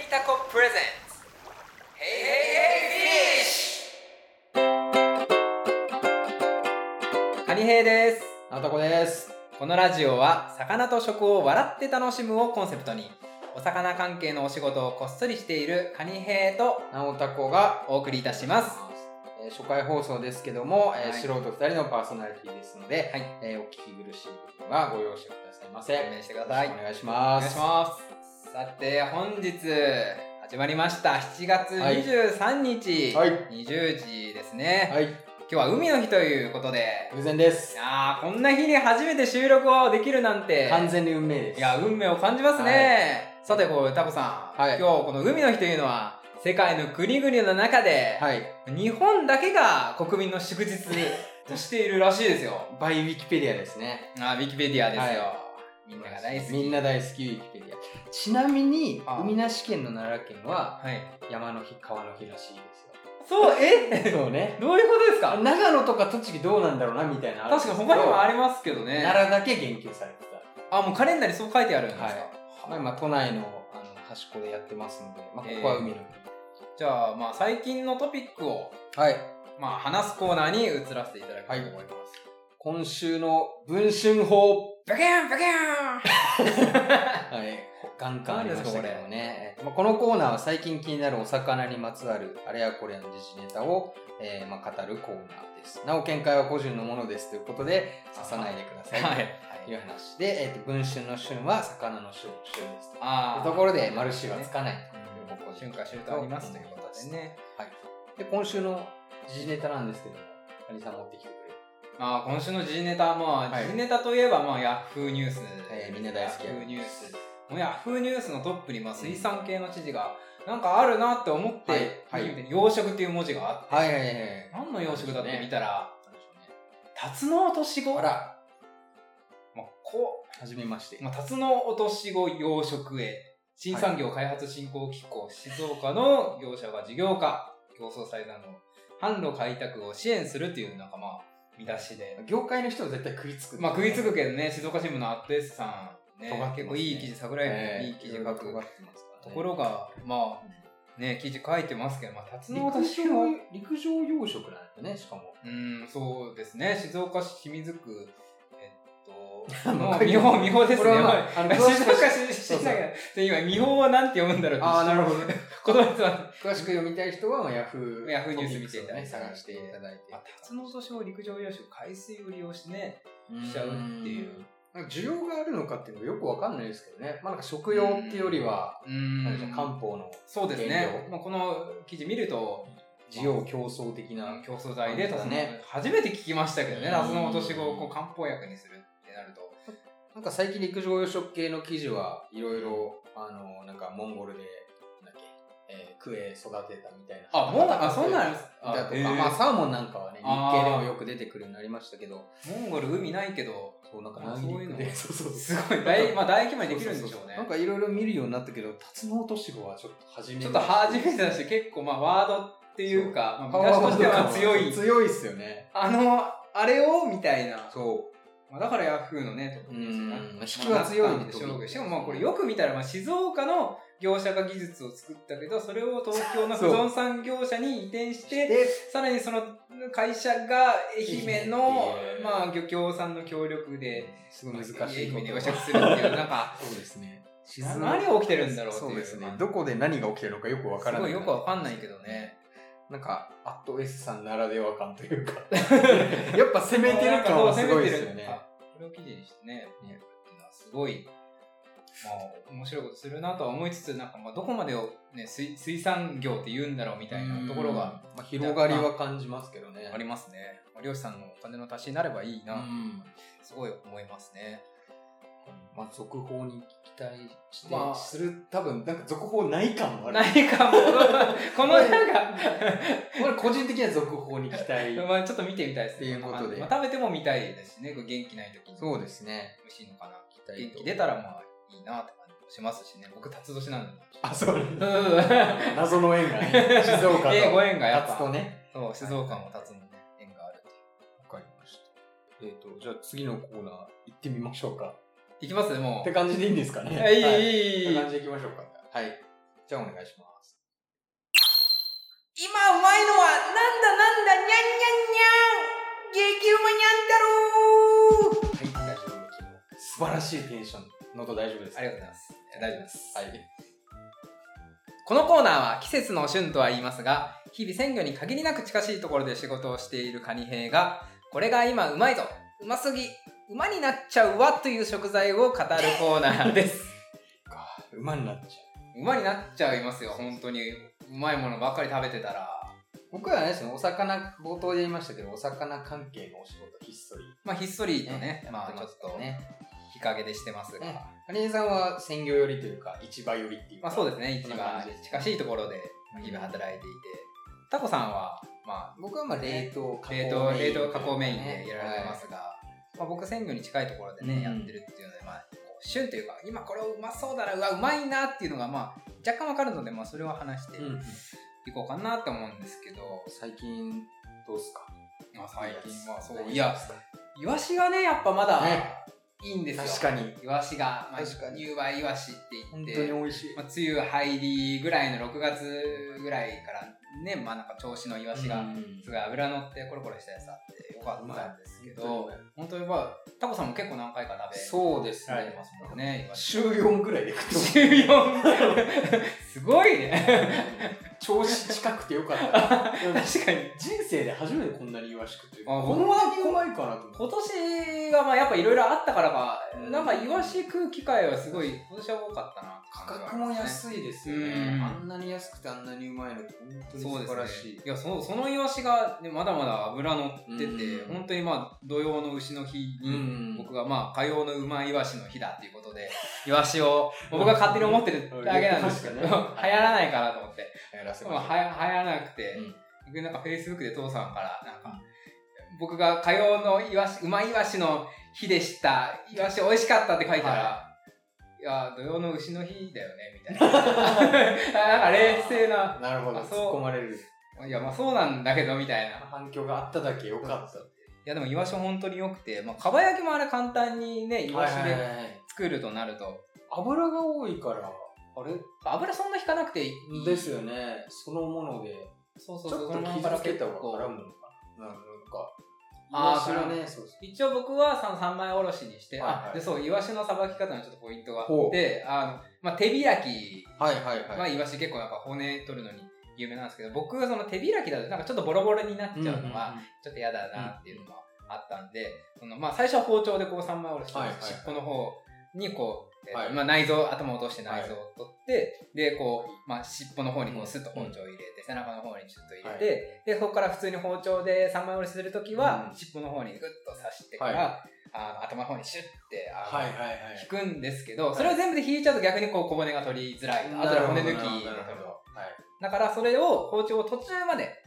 タコプレゼンツヘイヘイヘイフィッシュ。カニヘイです。 なおたこです。 このラジオは魚と食を笑って楽しむをコンセプトに、お魚関係のお仕事をこっそりしているカニヘイとなおたこがお送りいたします。 初回放送ですけども、 はい、 素人2人のパーソナリティですので、はい、お聞き苦しい部分はご容赦くださいませ。 お願いしてください。 お願いします。 お願いします。さて本日始まりました。7月23日、はい、20時ですね。はい、今日は海の日ということで偶然です。 いやこんな日に初めて収録をできるなんて完全に運命です。 いや運命を感じますね。はい、さてタコさん、はい、今日この海の日というのは世界の国々の中で、はい、日本だけが国民の祝日としているらしいですよ。 バイウィキペディアですね。 ウィキペディアですよ。はい、みんなが大好き。 みんな大好きウィキペディア。ちなみに海なし県の奈良県は、はい、山の日川の日らしいですよ。 そうそうね。 どういうことですか？ 長野とか栃木どうなんだろうなみたいな。 確かに他にもありますけどね。 奈良だけ言及されてた。 もうカレンダーにそう書いてあるんですか？ はい。まあ都内の端っこでやってますので、ここは海の日。 じゃあ最近のトピックを、はい、話すコーナーに移らせていただきたいと思います。はい、 今週の文春法バキャンバキャンはい、ガンガンありましたけどもね。このコーナーは最近気になるお魚にまつわるあれやこれやの時事ネタを、語るコーナーです。なお見解は個人のものですということで刺さないでくださいという話で、文春の春は魚の春ですというところで丸しはつかないと。 春夏秋冬ありますということですね。 はい。で、今週の時事ネタなんですけども、カニさん持ってきてくれる。 今週の時事ネタ、時事ネタといえば、ヤフーニュース。 みんな大好きヤフーニュース。ヤフーニュースのトップに、水産系の記事が、なんかあるなって思って、養殖っていう文字があって、何の養殖だって見たら、タツノオトシゴ。 あら。はじめまして。 タツノオトシゴ養殖へ。新産業開発振興機構静岡の業者が事業化、競争最大の販路開拓を支援するっていう見出しで。 業界の人は絶対食いつく、 食いつくけどね、静岡新聞のアットエスさん、ね、結構いい記事、桜井もいい記事書くところが、記事書いてますけど、タツノオトシゴ陸上養殖なんだね、しかも。 そうですね、静岡市清水区、見本ですね。静岡市だけど、今、見本はなんて読むんだろうって。 なるほどね。 詳しく読みたい人は、ヤフーニュース見ていただいて、 探していただいて。 タツノオトシゴ陸上養殖、海水を利用してね、しちゃうっていう。 需要があるのかっていうのがよくわかんないですけどね。食用っていうよりは、漢方の。 そうですね。この記事見ると、 需要競争的な競争剤で、初めて聞きましたけどね、タツノオトシゴを漢方薬にするってなると。 最近陸上養殖系の記事はいろいろ、モンゴルで、クエ育てたみたいな。 そうなんですか。だとか、サーモンなんかはね、日経でもよく出てくるようになりましたけど。 モンゴル海ないけど、 そういうので、すごい、大規模にできるんでしょうね。 いろいろ見るようになったけど、タツノオトシゴはちょっと初めてだし、結構ワードっていうか、見出しとしては強い。 強いっすよね。 あれをみたいな。 そう。 だからヤフーのね、 引きは強いんでしょう。 しかもこれよく見たら、静岡の業者が技術を作ったけど、それを東京の不動産業者に移転して、さらにその会社が愛媛の、漁協さんの協力で、 すごい難しい。 愛媛で養殖するっていう、 そうですね。 何が起きてるんだろうっていう。 そうですね。どこで何が起きてるのかよくわからない。 すごいよくわかんないけどね。 アット S さんならでは感というかやっぱ攻めてる感はすごいですよね。 これを記事にしてね、すごい、面白いことするなとは思いつつ、どこまでをね、水産業って言うんだろうみたいなところが、 広がりは感じますけどね。 ありますね。漁師さんのお金の足しになればいいな、すごい思いますね。 続報に期待してする、多分続報ないかもある。 ないかも。このこれ個人的には続報に期待。 ちょっと見てみたいですね。 っていうことで。 食べても見たいですしね、元気ない時に。 そうですね。 美味しいのかな。元気出たらいいなって感じもしますしね。僕、辰年なんで。 そう謎の縁がね。静岡と。 ご縁がやっぱ。 辰とね。 そう、静岡も辰のね、縁があるって。 わかりました。じゃあ次のコーナー行ってみましょうか。 いきますね、もう。 って感じでいいんですかね。 いい。 って感じでいきましょうか。はい。 じゃあお願いします。 今うまいのはなんだなんだにゃんにゃんにゃん、激うまにゃんだろう。 はい、大丈夫。素晴らしいテンション。喉大丈夫ですか？ ありがとうございます。大丈夫です。 はい。 このコーナーは季節の旬とは言いますが、日々鮮魚に限りなく近しいところで仕事をしているカニ兵が、これが今うまいぞ、うますぎ、馬になっちゃうわという食材を語るコーナーです。 馬になっちゃう。馬になっちゃいますよ、本当に。うまいものばっかり食べてたら。 僕はあれですね、お魚、冒頭で言いましたけど、お魚関係のお仕事ひっそり。 まあひっそりとね、まあちょっとね、日陰でしてますが。 カニさんは鮮魚寄りというか、市場寄りっていうか。 まあそうですね、市場近しいところで日々働いていて。タコさんは、まあ僕はまあ冷凍加工メインでやられてますが、まあ僕鮮魚に近いところでね、やってるっていうので、まあ旬というか、今これうまそうだな、うわうまいなっていうのがまあ若干わかるので、まあそれを話していこうかなって思うんですけど、 最近どうすか？ まあ最近はそう、いや、イワシがねやっぱまだいいんですよ。 確かに。 イワシが、まあ、入梅イワシって言って、 本当に美味しい。 まあ、梅雨入りぐらいの6月ぐらいからね、まあなんか調子のイワシが、すごい脂乗ってコロコロしたやつあってよかったんですけど、本当にまあ、タコさんも結構何回か食べそうですね。 ますもんね。 週4ぐらいで食ってます。 週 4! すごいね。 調子近くてよかった。確かに。人生で初めてこんなにイワシ食ってる。こんなにうまいかなと思って。 今年がまあやっぱいろいろあったからか、なんかイワシ食う機会はすごい今年は多かったな。 価格も安いですよね。あんなに安くてあんなにうまいのって本当に素晴らしい。 いや、そのイワシが、ね、まだまだ脂乗ってて、本当にまあ土曜の牛の日に、僕がまあ火曜のうまいイワシの日だっていうことで、イワシを僕が勝手に思ってるだけなんですけど、流行らないかなと思って。流行らなくて、僕なんか Facebook で父さんからなんか、僕が火曜のうまいイワシの日でした、イワシ美味しかったって書いたら、いや、土曜の牛の日だよね、みたいな。なんか冷静な。 なるほど、突っ込まれる。 いや、まあそうなんだけど、みたいな。 反響があっただけよかった。いや、でもイワシ本当に良くて、まあ、かば焼きもあれ簡単にね、イワシで作るとなると。 油が多いから、 あれ油そんな引かなくていい。 ですよね。そのもので。 そうそう、 ちょっと傷つけた方が絡むのかな。なんか。 イワシはね、一応僕は3枚おろしにして、で、そう、イワシのさばき方のちょっとポイントがあって、まあ、手開き。まあ、イワシ結構なんか骨取るのに有名なんですけど、僕がその手開きだとなんかちょっとボロボロになっちゃうのは、ちょっと嫌だなっていうのがあったんで、まあ、最初は包丁でこう3枚おろして、尻尾の方にこう、まあ、内臓、頭を落として内臓を取って、で、こう、まあ、尻尾の方にこうスッと包丁を入れて、背中の方にちょっと入れて、で、そこから普通に包丁で3枚おろしするときは、尻尾の方にグッと刺してから、頭の方にシュッて引くんですけど、それを全部で引いちゃうと逆にこう小骨が取りづらいと。あとは骨抜きで取ると。だからそれを包丁を途中まで、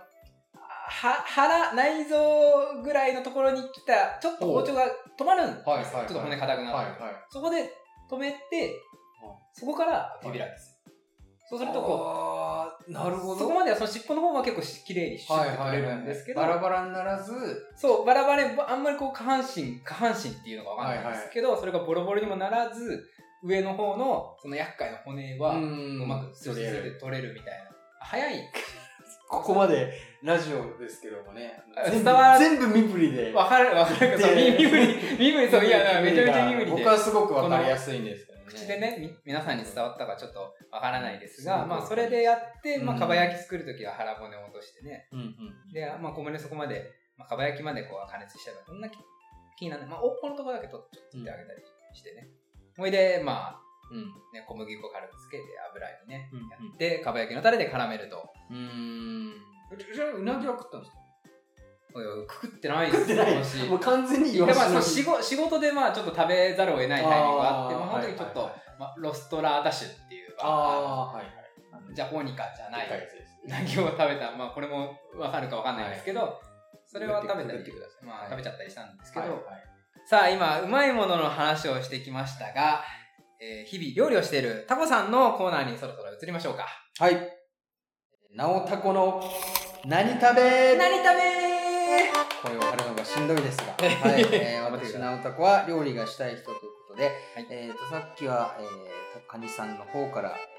内臓ぐらいのところに来た、ちょっと包丁が止まるんですよ。ちょっと骨硬くなる。そこで止めて、そこから手開きです。そうするとこう、なるほど。 そこまではその尻尾の方は結構綺麗にシュッて取れるんですけど、 バラバラにならず、 そう、バラバラに、あんまりこう下半身っていうのがわかんないんですけど、それがボロボロにもならず、上の方のその厄介な骨はうまくスルスルで取れるみたいな。早い。 ここまでラジオですけどもね。 全部身振りで。 わかるけど、身振り、そう、いや、めちゃめちゃ身振りで。 僕はすごくわかりやすいんですけどね。 口でね、皆さんに伝わったかちょっとわからないですが、まあそれでやって、まあかば焼き作るときは腹骨を落としてね。で、まあ小骨そこまで、まあかば焼きまでこう加熱しちゃえばこんな気になる。まあ尾っぽのところだけちょっと取ってあげたりしてね。それで、まあ、ね、小麦粉軽くつけて油にね、やって、かば焼きのタレで絡めると。 じゃあ、うなぎは食ったんですか？ 食ってないですよ。もう完全にイワシの仕事でまあちょっと食べざるを得ないタイミングがあって、まあ本当にちょっと、ロストラーダッシュっていう、ジャポニカじゃないうなぎを食べた、まあこれもわかるかわかんないんですけど、それは食べたり、まあ食べちゃったりしたんですけど、さあ今、うまいものの話をしてきましたが、日々料理をしているタコさんのコーナーにそろそろ移りましょうか。 はい。なおタコの何食べ声を張るのがしんどいですが、私なおタコは料理がしたい人ということで、さっきは、カニさんの方から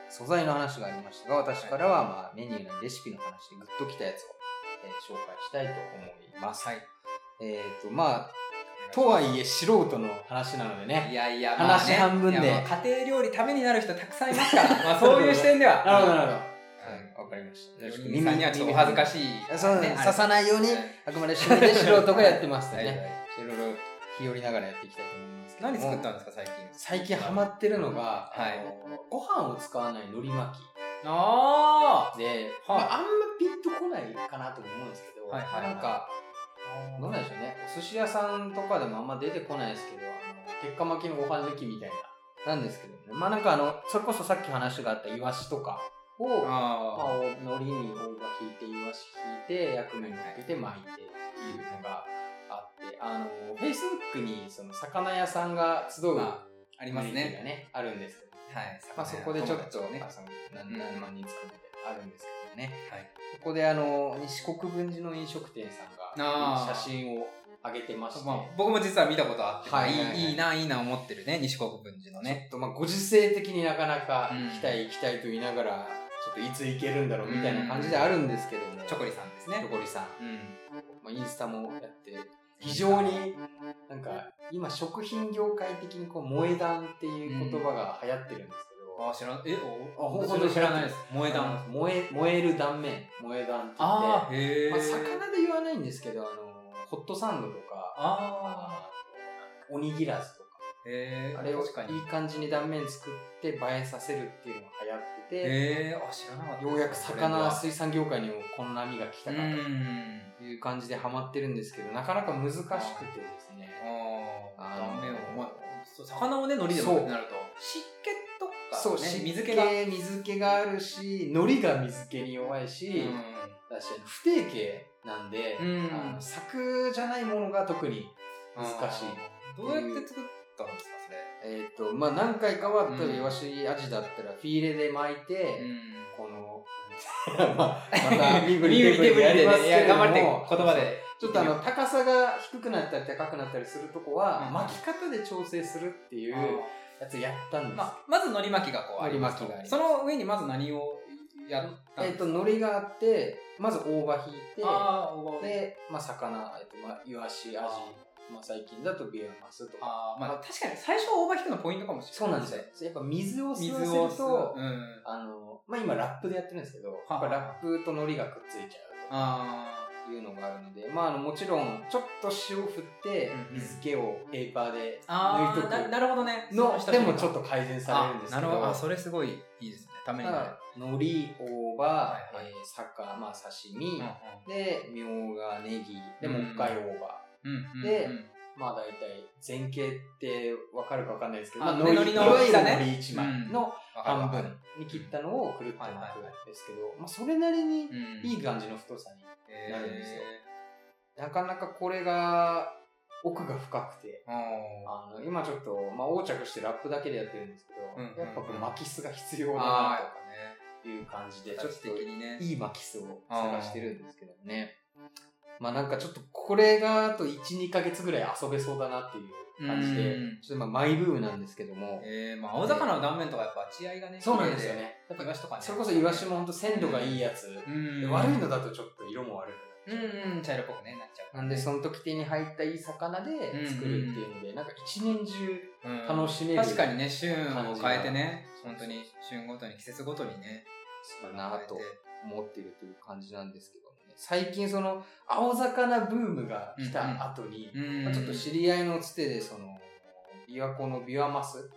素材の話がありましたが、私からはまあメニューのレシピの話でグッときたやつを、紹介したいと思います。はい。まあとはいえ素人の話なのでね。 いやいや、 話半分で。 家庭料理ためになる人たくさんいますから。まあそういう視点では。 なるほどなるほど。わかりました。 耳さんにはちょっとお恥ずかしい。 そうね。刺さないように、あくまで趣味で素人がやってますね。いろいろ日和りながらやっていきたいと思います。 何作ったんですか、最近。 最近ハマってるのが、ご飯を使わない海苔巻き。 ああ。で、あんまピンとこないかなと思うんですけど、なんか、どうなんでしょうね。お寿司屋さんとかでもあんま出てこないですけど、鉄火巻きのご飯抜きみたいな、なんですけどね。まあなんかそれこそさっき話があったイワシとかを、海苔に大葉引いて、イワシ引いて、薬味にかけて巻いてっていうのがあって、Facebook にその魚屋さんが集う、 ありますね。 あるんですけど、 はい。 まあそこでちょっと、何万人作るみたいなあるんですけどね。はい。そこで西国分寺の飲食店さんが写真を上げてまして、 僕も実は見たことあって、いいな思ってるね、西国分寺のね。 ちょっとご時世的になかなか行きたいと言いながら、ちょっといつ行けるんだろうみたいな感じであるんですけども、 チョコリさんですね。 チョコリさん。インスタもやって、非常になんか今食品業界的に萌え断っていう言葉が流行ってるんですけど、 知らない。本当に知らないです。萌え断。 燃える断面。萌え断って言って、魚で言わないんですけど、ホットサンドとか、おにぎらずとか、あれをいい感じに断面作って映えさせるっていうのが流行ってて、 知らなかった。 ようやく水産業界にもこの波が来たかという感じでハマってるんですけど、なかなか難しくてですね。 断面を、魚をね、海苔で巻くってなると、湿気とか、 そう、水気があるし、海苔が水気に弱いし、不定形なんで、柵じゃないものが特に難しい。 どうやって作ったんですか、それ。 まあ何回かは、例えばイワシアジだったらフィーレで巻いて、また身振り手振りでやりますけれども、 頑張って言葉で。 ちょっと高さが低くなったり高くなったりするとこは、巻き方で調整するっていうやつやったんです。 まず海苔巻きがあります。その上にまず何をやったんですか？ 海苔があって、まず大葉引いて、で、魚、イワシ、アジ、最近だとビワマスとか。 確かに最初大葉引くのポイントかもしれない。 そうなんですよ。やっぱ水を吸わせると、今ラップでやってるんですけど、ラップと海苔がくっついちゃうというのがあるので、もちろんちょっと塩振って水気をペーパーで抜いとく。 なるほどね。 でもちょっと改善されるんですけど。 なるほど。それすごいいいですね。ためになる。 海苔、大葉、刺身、で、みょうが、ネギ、で、もう一回大葉。で、大体前傾って分かるか分かんないですけど、海苔の大きさね、海苔1枚の半分に切ったのをくるっと巻くんですけど、それなりにいい感じの太さになるんですよ。なかなかこれが奥が深くて、今ちょっと横着してラップだけでやってるんですけど、やっぱこれ巻き酢が必要だなとかいう感じで、ちょっといい巻き酢を探してるんですけどね。なんかちょっとこれがあと 1,2 ヶ月ぐらい遊べそうだなっていう感じで、ちょっとマイブームなんですけども。 青魚の断面とかやっぱ血合いがね。 そうなんですよね。 やっぱイワシとかね。 それこそイワシもほんと鮮度がいいやつ。悪いのだとちょっと色も悪く茶色っぽくね、なっちゃう。 なんでその時手に入ったいい魚で作るっていうので、なんか一年中楽しめる。 確かにね、旬を変えてね、本当に旬ごとに季節ごとにね、 そうだなと思っているという感じなんですけど。最近その青魚ブームが来た後に、ちょっと知り合いのつてでその琵琶湖のビワマス。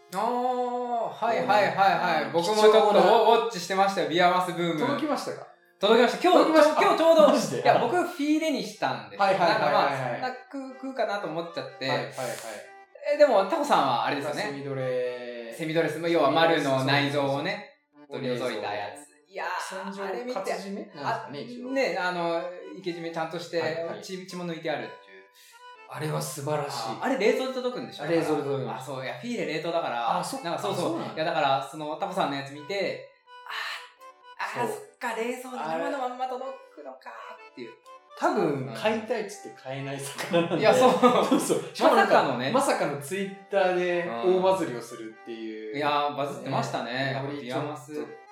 僕もちょっとウォッチしてましたよ、ビワマスブーム。 届きましたか？ 届きました。今日ちょうど、いや、僕フィーレにしたんですよ。なんかそんな食うかなと思っちゃって。でも、タコさんはあれですよね。セミドレス。要は丸の内臓をね、取り除いたやつ。いやー、あれ見て、ね、生け締めちゃんとして、血も抜いてあるっていう。 あれは素晴らしい。 あれ冷凍で届くんでしょ？ 冷凍で届く。 そう、いや、フィーレ冷凍だから、そう。いや、だから、その、タコさんのやつ見て、そっか、冷蔵で生のまんま届くのかっていう。 多分、買いたいっつって買えない魚なんで。 いや、そう。 まさかのツイッターで大バズりをするっていう。 いやー、バズってましたね。 ビワマス。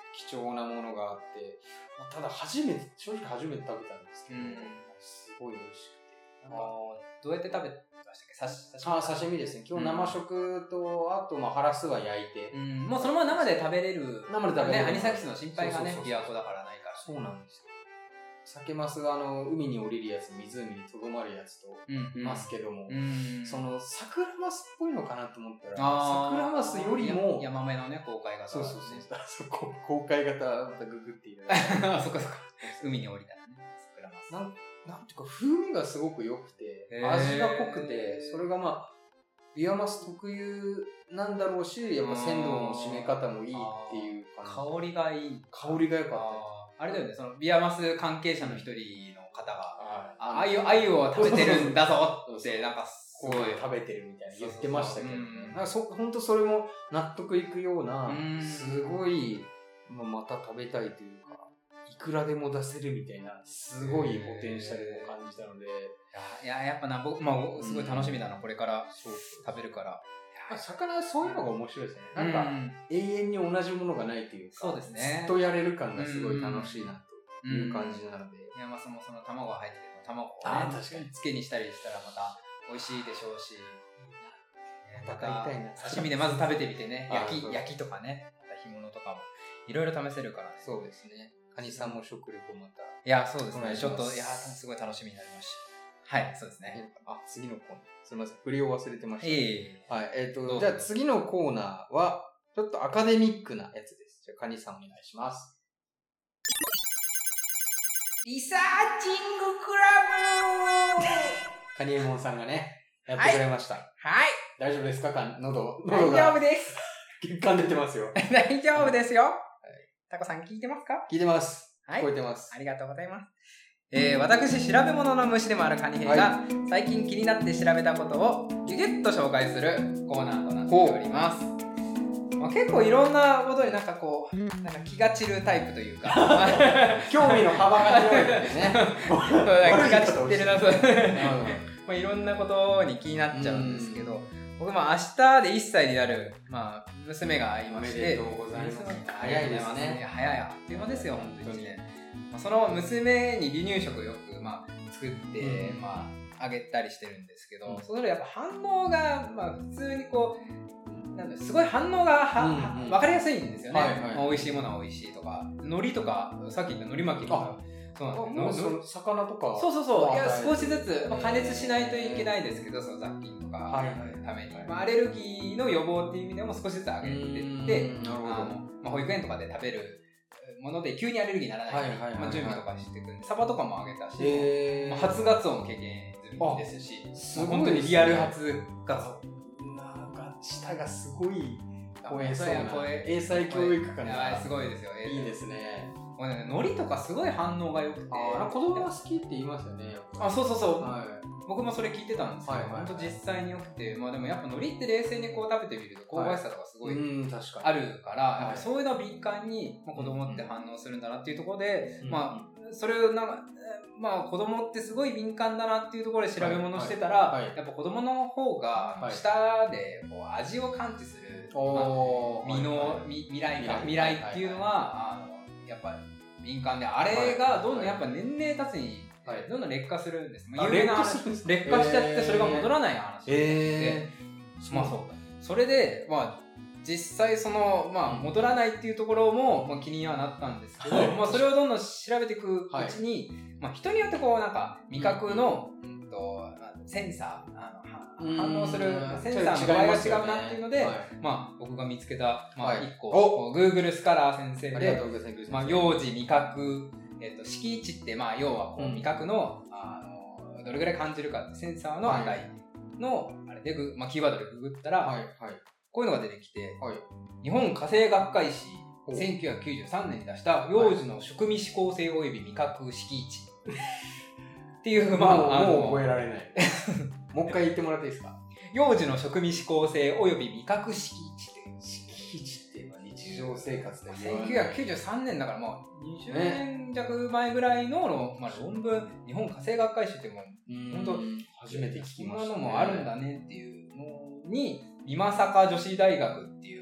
貴重なものがあって、ただ正直初めて食べたんですけど、すごい美味しくて。 どうやって食べましたっけ？ 刺身ですね。今日生食と、あとハラスは焼いて。 もうそのまま生で食べれる。 生で食べれる。 アニサキスの心配がね、琵琶湖だからないから。 そうなんですよ。酒マスが海に降りるやつ、湖にとどまるやつといますけども、その桜マスっぽいのかなと思ったら、桜マスよりもヤマメのね、公開型。 そう。公開型またググっていただいて。 そっか。海に降りたらね、桜マス。 なんていうか風味がすごく良くて、味が濃くて、それがビワマス特有なんだろうし、やっぱ鮮度の締め方もいいっていう感じ。 香りがいい。 香りが良かった。 あれだよね、そのビワマス関係者の一人の方が、鮎を食べてるんだぞって、なんかすごい食べてるみたいな言ってましたけどね。ほんとそれも納得いくような、すごい、また食べたいというか、いくらでも出せるみたいな、すごいポテンシャルを感じたので。 やっぱ僕、すごい楽しみだな、これから食べるから。 魚そういうのが面白いですね。なんか、永遠に同じものがないというか、 そうですね。 ずっとやれる感がすごい楽しいなという感じなので。 その卵が入ってる卵をね、漬けにしたりしたらまた美味しいでしょうし、また刺身でまず食べてみてね、焼きとかね、干物とかもいろいろ試せるからね。 そうですね。カニさんも食レポまた。 いや、そうですね。ちょっと、すごい楽しみになりました。はい、そうですね。 次のコーナー。すみません。振りを忘れてました。はい。 じゃあ次のコーナーは、ちょっとアカデミックなやつです。じゃあ、カニさんお願いします。 リサーチングクラブカニエモンさんがね、やってくれました。 はい。 大丈夫ですか喉大丈夫です。 血管出てますよ。 大丈夫ですよ。タコさん聞いてますか？ 聞いてます。 はい。 聞こえてます。 ありがとうございます。私、調べ物の虫でもあるカニ兵が、最近気になって調べたことをギュギュッと紹介するコーナーとなっております。結構いろんなことになんか気が散るタイプというか興味の幅が広いですね。 気が散ってるな、そういろんなことに気になっちゃうんですけど、僕明日で1歳になる、娘がいまして。 おめでとうございます。早いですね。 早いあっという間ですよ、本当にね。その娘に離乳食をよく作ってあげたりしてるんですけど、それやっぱ反応が普通にすごい反応が分かりやすいんですよね。美味しいものは美味しいとか、海苔とかさっき言った海苔巻きとか、 魚とか、 そういや少しずつ加熱しないといけないですけど、その雑菌とかためにアレルギーの予防っていう意味でも少しずつ上げていって、保育園とかで食べるもので急にアレルギーにならないように準備とかしていくんで、サバとかもあげたし、初ガツオも経験済みですし、本当にリアル初ガツオ。 なんか舌がすごい怖いそうな英才教育感がすごいですよ。 いいですね。 海苔とかすごい反応が良くて、 子供が好きって言いますよね。 そう、僕もそれ聞いてたんですけど、本当実際に良くて、でもやっぱ海苔って冷静に食べてみると香ばしさとかすごいあるから、そういうのを敏感に子供って反応するんだなっていうところで、それを子供ってすごい敏感だなっていうところで調べ物してたら、やっぱ子供の方が舌で味を感知する未来っていうのはやっぱ敏感で、あれがどんどんやっぱ年齢経つにどんどん劣化するんです。劣化しちゃってそれが戻らない話で、それで実際戻らないっていうところも気にはなったんですけど、それをどんどん調べていくうちに、人によって味覚のセンサー反応するセンサーの場合が違うなっていうので、僕が見つけた1個 Google スカラー先生で、幼児味覚色値って、要は味覚のどれぐらい感じるかってセンサーの値のあれでキーワードでググったら、こういうのが出てきて、日本家政学会誌1993年に出した幼児の食味指向性及び味覚色値っていうもう覚えられないもう一回言ってもらっていいですか？ 幼児の食味指向性及び味覚色値っていう色値っていうのは日常生活で 1993年だから20年弱前ぐらいの論文、日本家政学会誌ってもう本当初めて聞きましたね。 そんなのもあるんだねっていうのに、美作女子大学っていう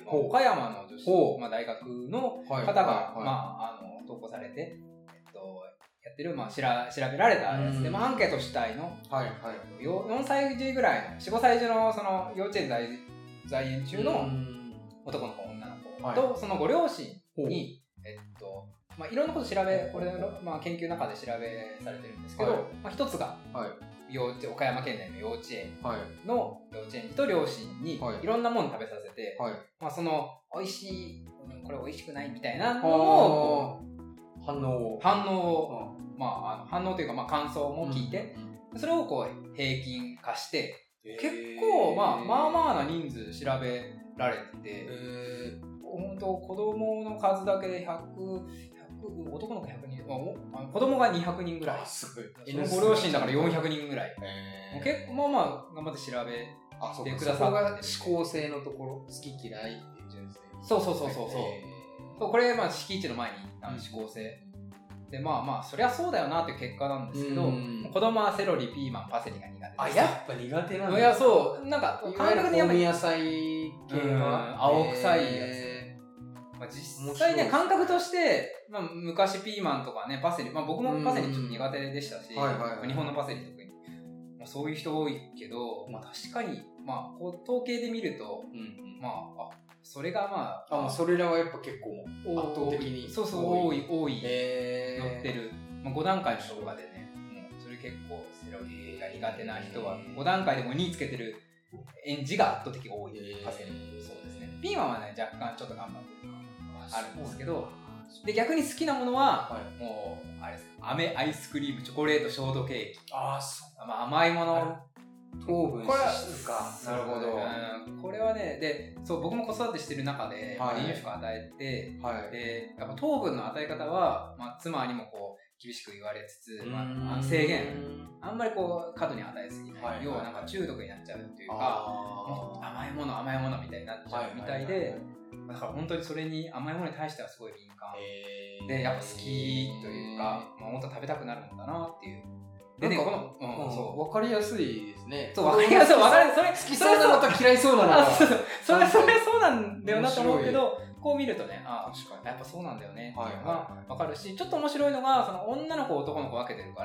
岡山の女子、大学の方が、投稿されて、やってる、調べられたやつで、アンケート主体の、4歳児ぐらいの、4、5歳児の、その、幼稚園在園中の男の子、女の子と、そのご両親に、いろんなことこれ、研究の中で調べされてるんですけど、一つが、岡山県内の幼稚園の幼稚園児と両親にいろんなもの食べさせて、その、美味しい、これ美味しくないみたいなのを、反応というか、感想も聞いて、それを平均化して、結構、まあな人数調べられてて、本当子供の数だけで男の子100人、子供が200人ぐらい。そのご両親だから400人ぐらい。結構頑張って調べてくださって。そこが思考性のところ、好き嫌いっていう純粋。 そう。これ、敷地の前に思考性。で、そりゃそうだよなっていう結果なんですけど、子供はセロリ、ピーマン、パセリが苦手です。 やっぱ苦手なんだ。 いや、そう。なんか、 感覚でやっぱり。香味野菜系は青臭いやつ。実際ね、感覚として、昔ピーマンとかね、パセリ、僕もパセリちょっと苦手でしたし、日本のパセリ特に。そういう人多いけど、確かに、統計で見ると、それがそれらはやっぱ結構圧倒的に多い乗ってる、5段階の動画でね、それ結構セロリが苦手な人は5段階でも2つけてる園児が圧倒的に多いパセリ。そうですね。ピーマンはね、若干ちょっと頑張ってるあるんですけど、で逆に好きなものは、もうあれです、飴、アイスクリーム、チョコレート、ショートケーキ。甘いもの。 糖分、脂質か。 なるほど。これはね、で、僕も子育てしてる中で、離乳食を与えて、で、やっぱ糖分の与え方は、妻にも厳しく言われつつ、制限、あんまり過度に与えすぎない。要はなんか中毒になっちゃうっていうか、甘いものみたいになっちゃうみたいで、だから本当にそれに甘いものに対してはすごい敏感で、やっぱ好きというか、もっと食べたくなるんだなっていう。 でね、分かりやすいですね。 そう、分かりやすい。それ好きそうなのと嫌いそうなのが。 それそうなんだよなと思うけど、こう見るとね、やっぱそうなんだよねっていうのが分かるし、ちょっと面白いのが、その女の子、男の子分けてるから、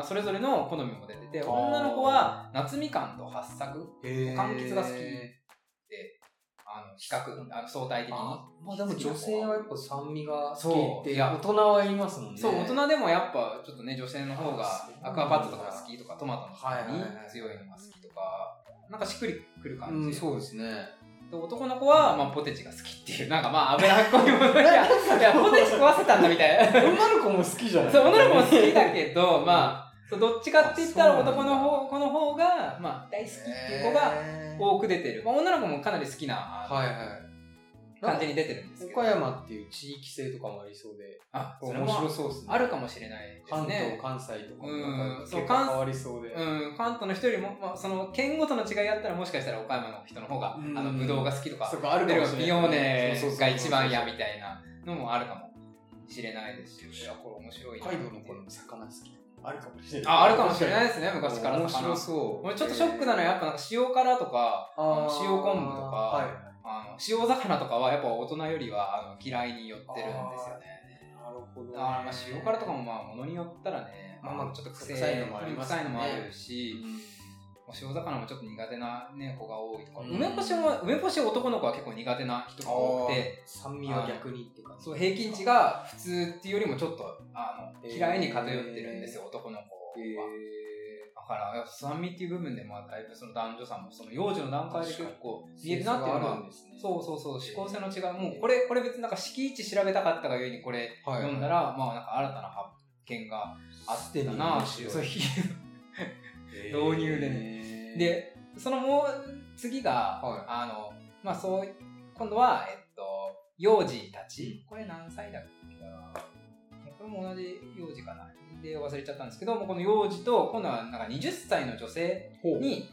それぞれの好みも出てて、女の子は夏みかんと八朔、柑橘が好きで、比較、相対的に。 でも女性はやっぱ酸味が好きって大人は言いますもんね。 そう、大人でもやっぱちょっとね、女性の方がアクアパッツァとか好きとか、トマトの酸味に強いのが好きとか、なんかしっくりくる感じ。 そうですね。 男の子は、ポテチが好きっていう、なんか脂っこいもの。いや、ポテチ食わせたんだみたいな。 女の子も好きじゃない？ そう、女の子も好きだけど、どっちかって言ったら男の子の方が、大好きっていう子が多く出てる。女の子もかなり好きな感じに出てるんですけど。 岡山っていう地域性とかもありそうで、面白そうですね。 あるかもしれないですね。 関東、関西とかも結構変わりそうで。 関東の人よりも、その県ごとの違いあったらもしかしたら岡山の人の方が、ぶどうが好きとか、 あるかもしれない。 ピオーネが一番やみたいなのもあるかもしれないですし、これ面白いな。 北海道の子の魚好き。あるかもしれない。 あるかもしれないですね、昔から。 面白そう。 俺ちょっとショックなのはやっぱなんか塩辛とか、塩昆布とか、塩魚とかはやっぱ大人よりは嫌いに寄ってるんですよね。 なるほど。 塩辛とかもものによったらね、ちょっと臭いのもあるし、塩魚もちょっと苦手な子が多いとか、梅干し男の子は結構苦手な人が多くて、 酸味は逆にっていうか、 そう、平均値が普通っていうよりもちょっと嫌いに偏ってるんですよ、男の子は。だから酸味っていう部分でだいぶその男女差もその幼児の段階で結構見えるなっていうのが、そう思考性の違い、もうこれ別になんか敷地調べたかったがゆえにこれ読んだら、なんか新たな発見があってたなっていう。導入でね。で、そのもう次が、今度は、幼児たち。これ何歳だっけな。これも同じ幼児かな。で忘れちゃったんですけども、この幼児と、今度はなんか20歳の女性に、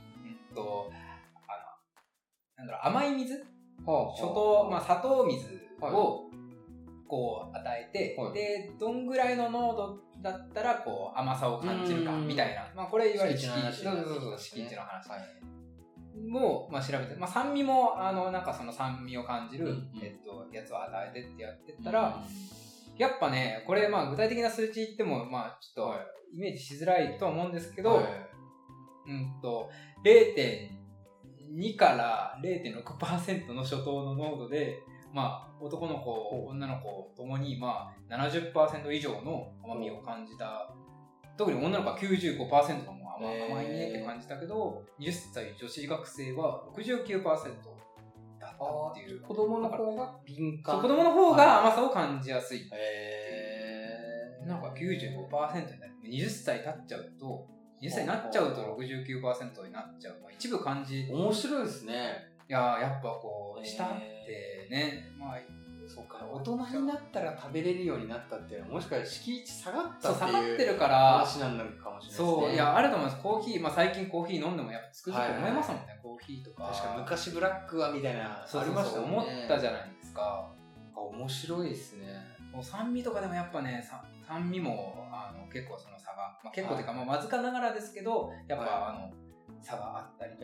甘い水、砂糖水を与えて、で、どんぐらいの濃度だったら甘さを感じるかみたいな、これいわゆる敷地の話を、まあ、調べて、まあ、酸味もなんかその酸味を感じる、やつを与えてってやってったら、やっぱねこれまあ具体的な数値言ってもまあちょっとイメージしづらいとは思うんですけど、0.2 から 0.6% の初等の濃度で、まあ、男の子、女の子ともに、まあ、70% 以上の甘みを感じた。特に女の子は 95% の甘いねって感じたけど、20歳女子学生は 69% だったっていう。 子供の方が敏感。 子供の方が甘さを感じやすい。なんか 95% になる。20歳経っちゃうと、20歳になっちゃうと 69% になっちゃう。まあ、一部感じ。 面白いですね。 いややっぱこう、舌ってね、まあ、 そうか、大人になったら食べれるようになったっていうのは、もしかしたら敷地下がったっていう下がってるから話なんだかもしれないですね。 そう、いや、あると思います。コーヒー、まあ最近コーヒー飲んでもやっぱつくづく思いますもんね、コーヒーとか。 確かに昔ブラックはみたいな、 ありましたよね。思ったじゃないですか。 面白いですね。 酸味とかでもやっぱね、酸味も結構その差が、まあ、結構というか、まあ、わずかながらですけど、やっぱ差があったりとか、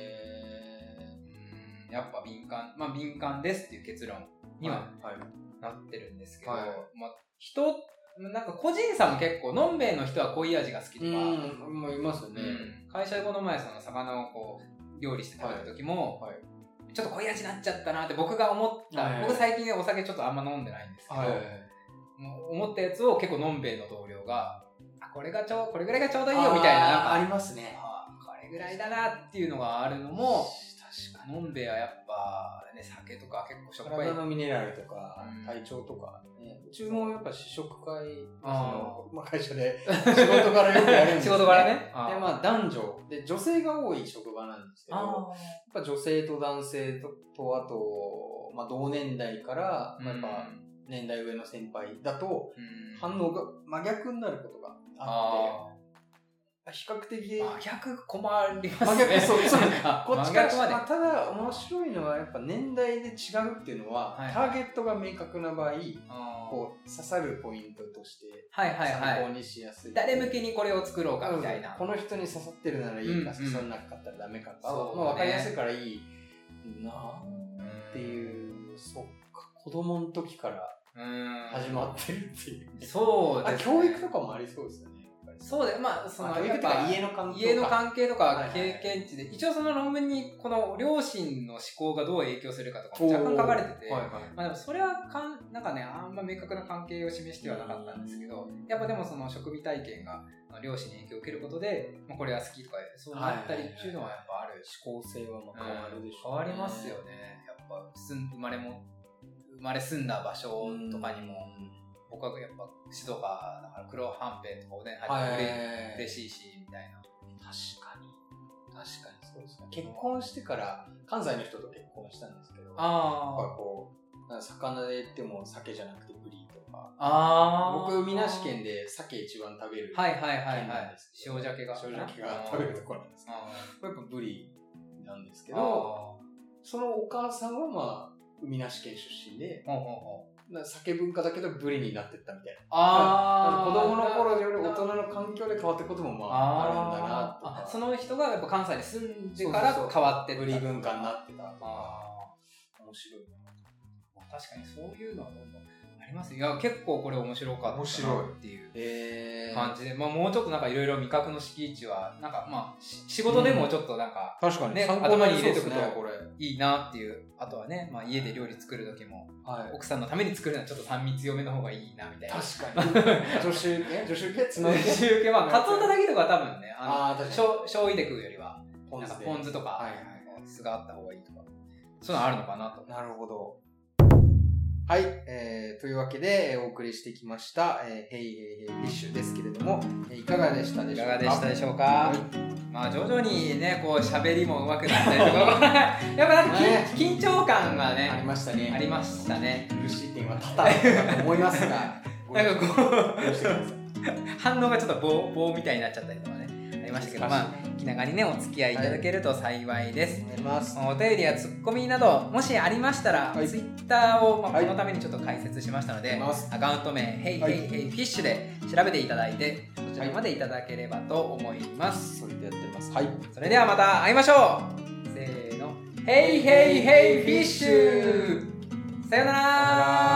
やっぱ敏感ですっていう結論にはなってるんですけど、まあ、なんか個人差も結構、のんべえの人は濃い味が好きとか、 まあいますよね。 会社でこの前その魚をこう料理して食べた時も、ちょっと濃い味になっちゃったなって僕が思った、僕最近ねお酒ちょっとあんま飲んでないんですけど、思ったやつを結構のんべえの同僚が、これぐらいがちょうどいいよみたいな、なんかありますね。 これぐらいだなっていうのがあるのも、確かにのんべえはやっぱね、酒とか結構しょっぱい。 体のミネラルとか、体調とか、ね。うちもやっぱ試食会、会社で仕事からよくやるんですよ、ね。仕事からね。で、まあ男女。で、女性が多い職場なんですけど、やっぱ女性と男性とあと、まあ同年代から、やっぱ年代上の先輩だと、反応が真逆になることがあって、比較的真逆困りますね。 そうこっちからまで、ただ面白いのはやっぱ年代で違うっていうのは、ターゲットが明確な場合、こう刺さるポイントとして参考にしやすい。 誰向けにこれを作ろうかみたいな。 この人に刺さってるならいいか、刺さらなかったらダメかが分かりやすいからいいなっていう。そっか、子供の時から始まってるっていう。 そうです。 教育とかもありそうですよね。 そうで、まあ、その、 やっぱ家の関係とか経験値で、一応その論文にこの両親の思考がどう影響するかとかも若干書かれてて、まあでもそれはなんかね、あんま明確な関係を示してはなかったんですけど、やっぱでもその食味体験が両親に影響を受けることで、まあ、これは好きとかそうなったりっていうのはやっぱある。 思考性は変わるでしょうね。変わりますよね。やっぱ生まれ住んだ場所とかにも、僕はやっぱ静岡だから黒はんぺんとかおでん入って嬉しいしみたいな。 確かにそうですね。結婚してから関西の人と結婚したんですけど、こう魚で言っても鮭じゃなくてブリとか。僕海なし県で鮭一番食べる県なんですけど、 塩鮭が食べるところなんですけど、やっぱブリなんですけど、そのお母さんはまあ海なし県出身で。酒文化だけどブリになってったみたいな。子供の頃より大人の環境で変わっていくこともまああるんだなとか。 その人がやっぱ関西に住んでから変わってった。 ブリ文化になってたとか。面白い。 確かにそういうのはどんどんありますよ。いや結構これ面白かったなっていう感じで、まあもうちょっとなんかいろいろ味覚の敷地はなんかまあ仕事でもちょっとなんか確かにね頭に入れとくといいなっていう。あとはね、まあ家で料理作る時も奥さんのために作るのはちょっと酸味強めの方がいいなみたいな。 確かに。女子受けまあカツオたたきとかは多分ね醤油で食うよりはポン酢とか酢があった方がいいとかそういうのあるのかなと。 なるほど。はい、というわけでお送りしてきました「ヘイヘイヘイフィッシュ」ですけれども、いかがでしたでしょうか。 いかがでしたでしょうか。まあ徐々にねこう喋りも上手くなったりとかやっぱなんか緊張感がねありましたね。 ありましたね。 苦しい点は多々あると思いますがなんかこう反応がちょっと棒みたいになっちゃったりとかねありましたけど、まあ気長にねお付き合いいただけると幸いです。お便りやツッコミなどもしありましたら、ツイッターを、このためにちょっと解説しましたので、アカウント名ヘイヘイヘイフィッシュで調べていただいてそちらまでいただければと思います。 それでやってます。 それではまた会いましょう。せーの。 ヘイヘイヘイフィッシュ。さよなら。